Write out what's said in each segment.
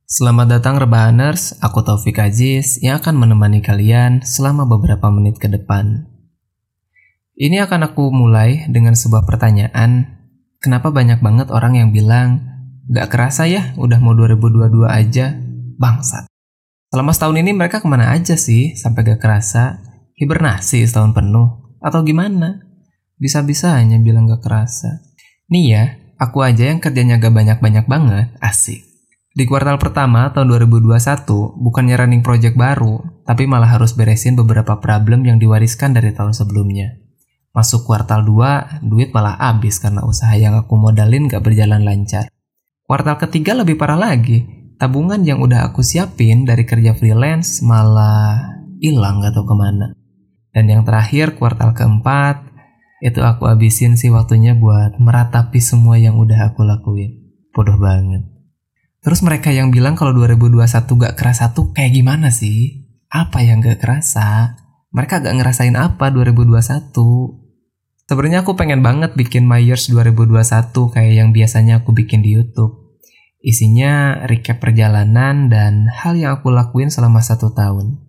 Selamat datang Rebahaners, aku Taufik Aziz yang akan menemani kalian selama beberapa menit ke depan. Ini akan aku mulai dengan sebuah pertanyaan, kenapa banyak banget orang yang bilang, gak kerasa ya udah mau 2022 aja, bangsat. Selama setahun ini mereka kemana aja sih sampai gak kerasa, hibernasi setahun penuh, atau gimana? Bisa-bisanya bilang gak kerasa. Nih ya, aku aja yang kerjanya gak banyak-banyak banget, asik. Di kuartal pertama tahun 2021, bukannya running project baru, tapi malah harus beresin beberapa problem yang diwariskan dari tahun sebelumnya. Masuk kuartal 2, duit malah habis karena usaha yang aku modalin gak berjalan lancar. Kuartal ketiga lebih parah lagi, tabungan yang udah aku siapin dari kerja freelance malah hilang gak tau kemana. Dan yang terakhir, kuartal keempat, itu aku habisin sih waktunya buat meratapi semua yang udah aku lakuin. Bodoh banget. Terus mereka yang bilang kalau 2021 gak kerasa tuh kayak gimana sih? Apa yang gak kerasa? Mereka gak ngerasain apa 2021? Sebenarnya aku pengen banget bikin My Years 2021 kayak yang biasanya aku bikin di YouTube. Isinya recap perjalanan dan hal yang aku lakuin selama 1 tahun.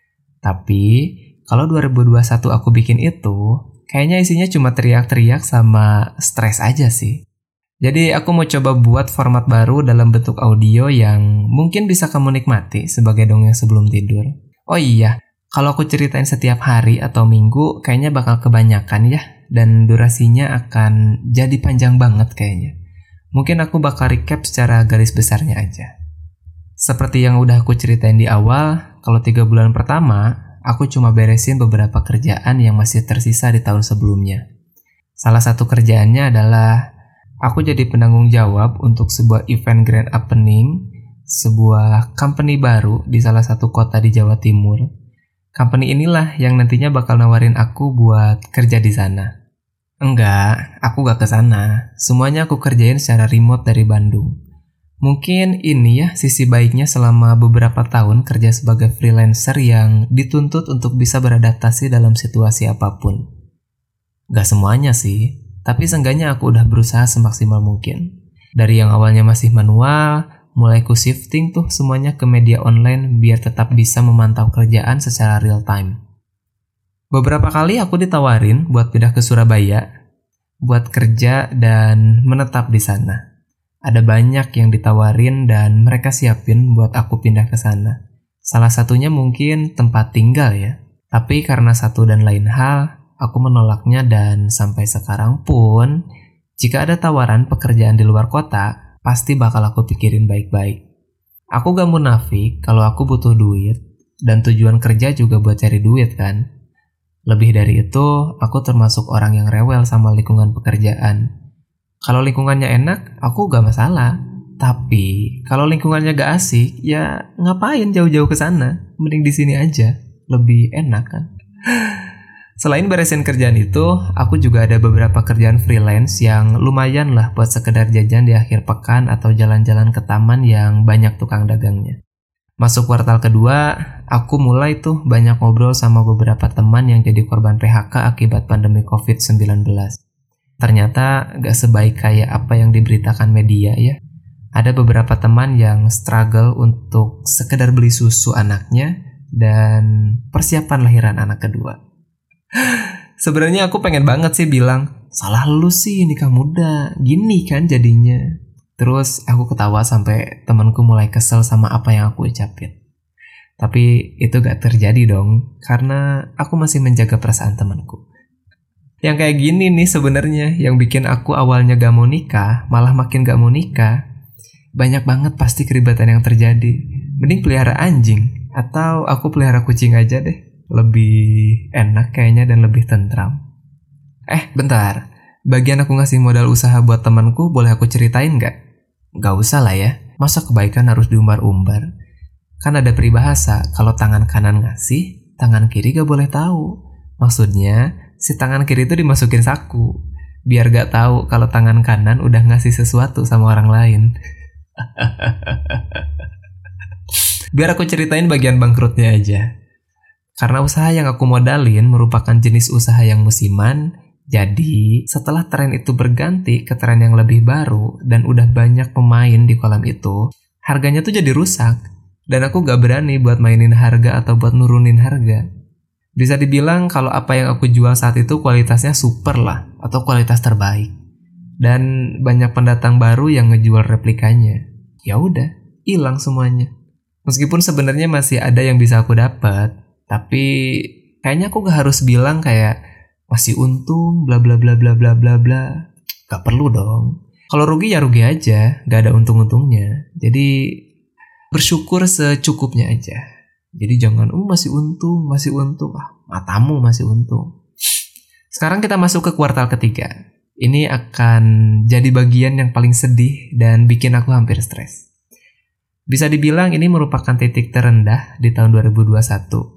Tapi kalau 2021 aku bikin itu, kayaknya isinya cuma teriak-teriak sama stres aja sih. Jadi aku mau coba buat format baru dalam bentuk audio yang mungkin bisa kamu nikmati sebagai dongeng sebelum tidur. Oh iya, kalau aku ceritain setiap hari atau minggu kayaknya bakal kebanyakan ya, dan durasinya akan jadi panjang banget kayaknya. Mungkin aku bakal recap secara garis besarnya aja. Seperti yang udah aku ceritain di awal, kalau 3 bulan pertama, aku cuma beresin beberapa kerjaan yang masih tersisa di tahun sebelumnya. Salah satu kerjaannya adalah aku jadi penanggung jawab untuk sebuah event grand opening, sebuah company baru di salah satu kota di Jawa Timur. Company inilah yang nantinya bakal nawarin aku buat kerja di sana. Enggak, aku gak ke sana. Semuanya aku kerjain secara remote dari Bandung. Mungkin ini ya sisi baiknya selama beberapa tahun kerja sebagai freelancer yang dituntut untuk bisa beradaptasi dalam situasi apapun. Gak semuanya sih. Tapi seenggaknya aku udah berusaha semaksimal mungkin. Dari yang awalnya masih manual, mulai ku shifting tuh semuanya ke media online biar tetap bisa memantau kerjaan secara real time. Beberapa kali aku ditawarin buat pindah ke Surabaya, buat kerja dan menetap di sana. Ada banyak yang ditawarin dan mereka siapin buat aku pindah ke sana. Salah satunya mungkin tempat tinggal ya. Tapi karena satu dan lain hal, aku menolaknya dan sampai sekarang pun, jika ada tawaran pekerjaan di luar kota, pasti bakal aku pikirin baik-baik. Aku gak munafik kalau aku butuh duit, dan tujuan kerja juga buat cari duit kan. Lebih dari itu, aku termasuk orang yang rewel sama lingkungan pekerjaan. Kalau lingkungannya enak, aku gak masalah. Tapi, kalau lingkungannya gak asik, ya ngapain jauh-jauh ke sana? Mending di sini aja, lebih enak kan. Selain beresin kerjaan itu, aku juga ada beberapa kerjaan freelance yang lumayan lah buat sekedar jajan di akhir pekan atau jalan-jalan ke taman yang banyak tukang dagangnya. Masuk kuartal kedua, aku mulai tuh banyak ngobrol sama beberapa teman yang jadi korban PHK akibat pandemi COVID-19. Ternyata gak sebaik kayak apa yang diberitakan media ya. Ada beberapa teman yang struggle untuk sekedar beli susu anaknya dan persiapan lahiran anak kedua. Sebenarnya aku pengen banget sih bilang, salah lu sih nikah muda, gini kan jadinya. Terus aku ketawa sampai temanku mulai kesel sama apa yang aku ucapin. Tapi itu gak terjadi dong, karena aku masih menjaga perasaan temanku. Yang kayak gini nih sebenarnya yang bikin aku awalnya gak mau nikah, malah makin gak mau nikah. Banyak banget pasti keribatan yang terjadi. Mending pelihara anjing, atau aku pelihara kucing aja deh. Lebih enak kayaknya dan lebih tentram. Bentar. Bagian aku ngasih modal usaha buat temanku boleh aku ceritain gak? Gak usah lah ya. Masa kebaikan harus diumbar-umbar? Kan ada peribahasa, kalau tangan kanan ngasih, tangan kiri gak boleh tahu. Maksudnya, si tangan kiri itu dimasukin saku. Biar gak tahu kalau tangan kanan udah ngasih sesuatu sama orang lain. Biar aku ceritain bagian bangkrutnya aja. Karena usaha yang aku modalin merupakan jenis usaha yang musiman, jadi setelah tren itu berganti ke tren yang lebih baru dan udah banyak pemain di kolam itu, harganya tuh jadi rusak. Dan aku gak berani buat mainin harga atau buat nurunin harga. Bisa dibilang kalau apa yang aku jual saat itu kualitasnya super lah, atau kualitas terbaik. Dan banyak pendatang baru yang ngejual replikanya. Ya udah, hilang semuanya. Meskipun sebenarnya masih ada yang bisa aku dapat, tapi kayaknya aku gak harus bilang kayak masih untung bla bla bla bla bla bla bla. Gak perlu dong. Kalau rugi ya rugi aja, gak ada untung-untungnya. Jadi bersyukur secukupnya aja. Jadi jangan masih untung. Matamu masih untung. Sekarang kita masuk ke kuartal ketiga. Ini akan jadi bagian yang paling sedih dan bikin aku hampir stres. Bisa dibilang ini merupakan titik terendah di tahun 2021.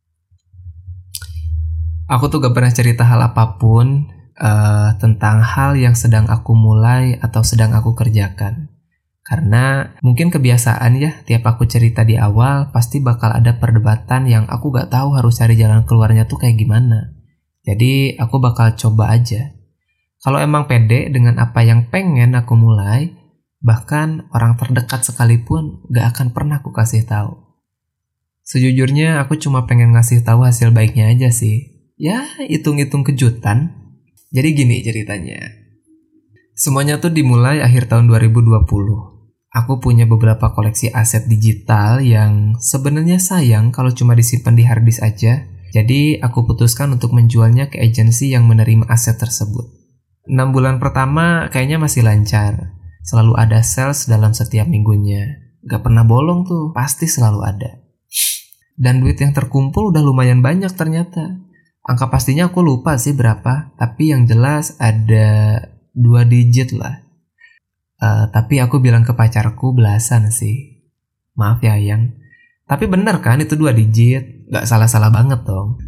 Aku tuh gak pernah cerita hal apapun tentang hal yang sedang aku mulai atau sedang aku kerjakan. Karena mungkin kebiasaan ya, tiap aku cerita di awal pasti bakal ada perdebatan yang aku gak tahu harus cari jalan keluarnya tuh kayak gimana. Jadi aku bakal coba aja. Kalau emang pede dengan apa yang pengen aku mulai, bahkan orang terdekat sekalipun gak akan pernah aku kasih tahu. Sejujurnya aku cuma pengen ngasih tahu hasil baiknya aja sih. Ya, hitung-hitung kejutan. Jadi gini ceritanya. Semuanya tuh dimulai akhir tahun 2020. Aku punya beberapa koleksi aset digital yang sebenarnya sayang kalau cuma disimpan di hard disk aja. Jadi aku putuskan untuk menjualnya ke agensi yang menerima aset tersebut. 6 bulan pertama kayaknya masih lancar. Selalu ada sales dalam setiap minggunya. Gak pernah bolong tuh, pasti selalu ada. Dan duit yang terkumpul udah lumayan banyak ternyata. Angka pastinya aku lupa sih berapa, tapi yang jelas ada 2 digit lah. Tapi aku bilang ke pacarku belasan sih. Maaf ya Yang. Tapi bener kan itu 2 digit? Gak salah-salah banget dong.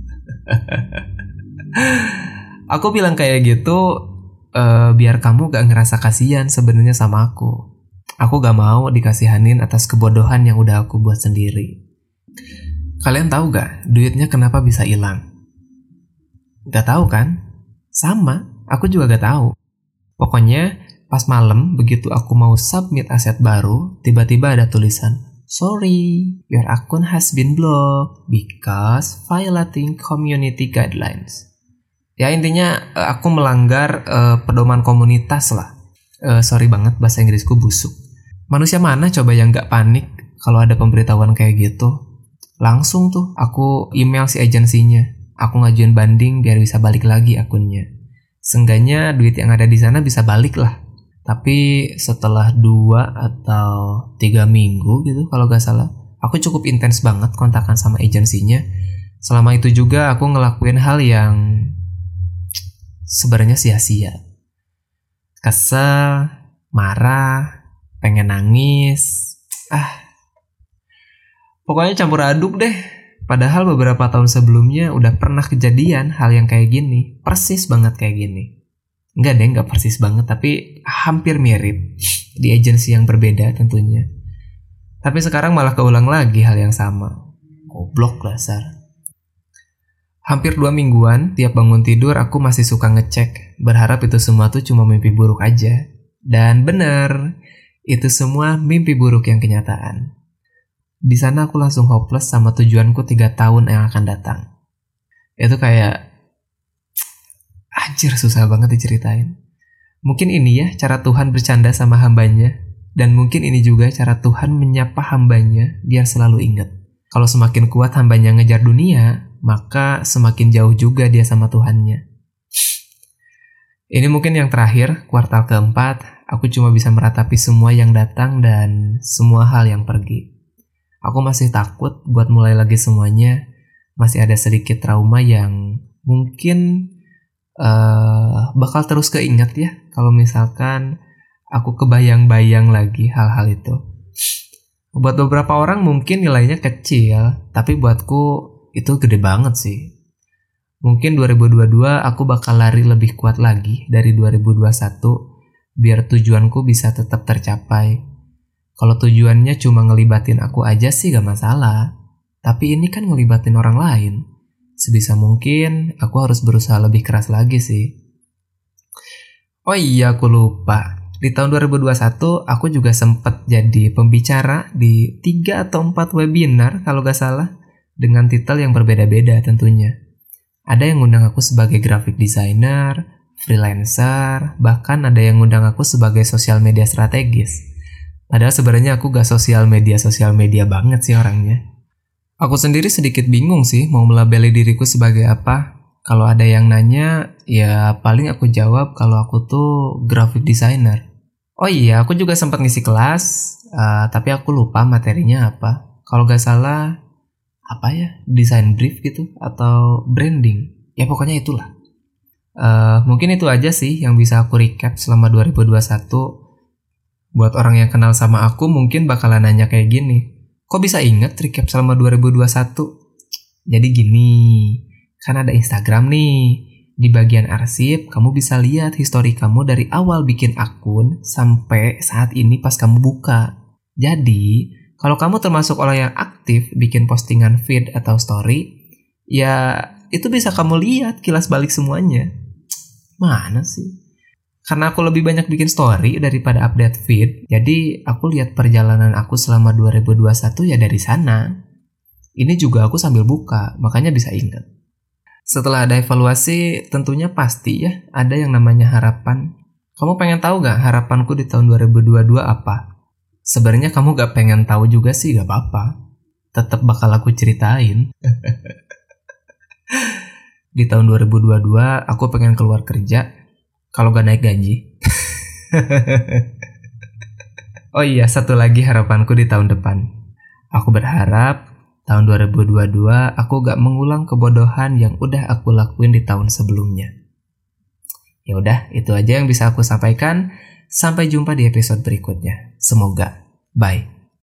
Aku bilang kayak gitu biar kamu gak ngerasa kasihan sebenarnya sama aku. Aku gak mau dikasihanin atas kebodohan yang udah aku buat sendiri. Kalian tahu gak duitnya kenapa bisa hilang? Gak tahu kan? Sama, aku juga gak tahu. Pokoknya pas malam begitu aku mau submit aset baru, tiba-tiba ada tulisan, "Sorry, your account has been blocked because violating community guidelines." Ya intinya aku melanggar pedoman komunitas lah. Sorry banget bahasa Inggrisku busuk. Manusia mana coba yang gak panik kalau ada pemberitahuan kayak gitu? Langsung tuh aku email si agensinya. Aku ngajuin banding biar bisa balik lagi akunnya. Seenggaknya duit yang ada di sana bisa balik lah. Tapi setelah 2 atau 3 minggu gitu kalau gak salah, aku cukup intens banget kontakan sama agensinya. Selama itu juga aku ngelakuin hal yang sebenarnya sia-sia. Kesel, marah, pengen nangis. Pokoknya campur aduk deh. Padahal beberapa tahun sebelumnya udah pernah kejadian hal yang kayak gini. Persis banget kayak gini. Enggak deh, enggak persis banget, tapi hampir mirip. Di agensi yang berbeda tentunya. Tapi sekarang malah keulang lagi hal yang sama. Goblok dasar. Hampir 2 mingguan, tiap bangun tidur aku masih suka ngecek. Berharap itu semua tuh cuma mimpi buruk aja. Dan bener, itu semua mimpi buruk yang kenyataan. Di sana aku langsung hopeless sama tujuanku 3 tahun yang akan datang. Itu kayak anjir, susah banget diceritain. Mungkin ini ya cara Tuhan bercanda sama hambanya. Dan mungkin ini juga cara Tuhan menyapa hambanya biar selalu ingat. Kalau semakin kuat hambanya ngejar dunia, maka semakin jauh juga dia sama Tuhannya. Ini mungkin yang terakhir, kuartal keempat. Aku cuma bisa meratapi semua yang datang dan semua hal yang pergi. Aku masih takut buat mulai lagi semuanya. Masih ada sedikit trauma yang mungkin bakal terus keinget ya kalau misalkan aku kebayang-bayang lagi hal-hal itu. Buat beberapa orang mungkin nilainya kecil, tapi buatku itu gede banget sih. Mungkin 2022 aku bakal lari lebih kuat lagi dari 2021 biar tujuanku bisa tetap tercapai. Kalau tujuannya cuma ngelibatin aku aja sih gak masalah, tapi ini kan ngelibatin orang lain. Sebisa mungkin aku harus berusaha lebih keras lagi sih. Oh iya, aku lupa. Di tahun 2021 aku juga sempat jadi pembicara di 3 atau 4 webinar kalau gak salah, dengan titel yang berbeda-beda tentunya. Ada yang ngundang aku sebagai graphic designer, freelancer, bahkan ada yang ngundang aku sebagai sosial media strategis. Padahal sebenarnya aku gak sosial media banget sih orangnya. Aku sendiri sedikit bingung sih mau melabeli diriku sebagai apa. Kalau ada yang nanya, ya paling aku jawab kalau aku tuh graphic designer. Oh iya, aku juga sempat ngisi kelas, tapi aku lupa materinya apa. Kalau gak salah, apa ya, design brief gitu, atau branding. Ya pokoknya itulah. Mungkin itu aja sih yang bisa aku recap selama 2021. Buat orang yang kenal sama aku mungkin bakalan nanya kayak gini. Kok bisa inget recap selama 2021? Jadi gini, kan ada Instagram nih. Di bagian arsip, kamu bisa lihat histori kamu dari awal bikin akun sampai saat ini pas kamu buka. Jadi, kalau kamu termasuk orang yang aktif bikin postingan feed atau story, ya itu bisa kamu lihat kilas balik semuanya. Mana sih? Karena aku lebih banyak bikin story daripada update feed, jadi aku lihat perjalanan aku selama 2021 ya dari sana. Ini juga aku sambil buka, makanya bisa ingat. Setelah ada evaluasi, tentunya pasti ya ada yang namanya harapan. Kamu pengen tahu gak harapanku di tahun 2022 apa? Sebenarnya kamu gak pengen tahu juga sih, gak apa-apa. Tetap bakal aku ceritain. Di tahun 2022 aku pengen keluar kerja kalau gak naik gaji. Oh iya, satu lagi harapanku di tahun depan. Aku berharap tahun 2022 aku gak mengulang kebodohan yang udah aku lakuin di tahun sebelumnya. Ya udah, itu aja yang bisa aku sampaikan. Sampai jumpa di episode berikutnya. Semoga. Bye.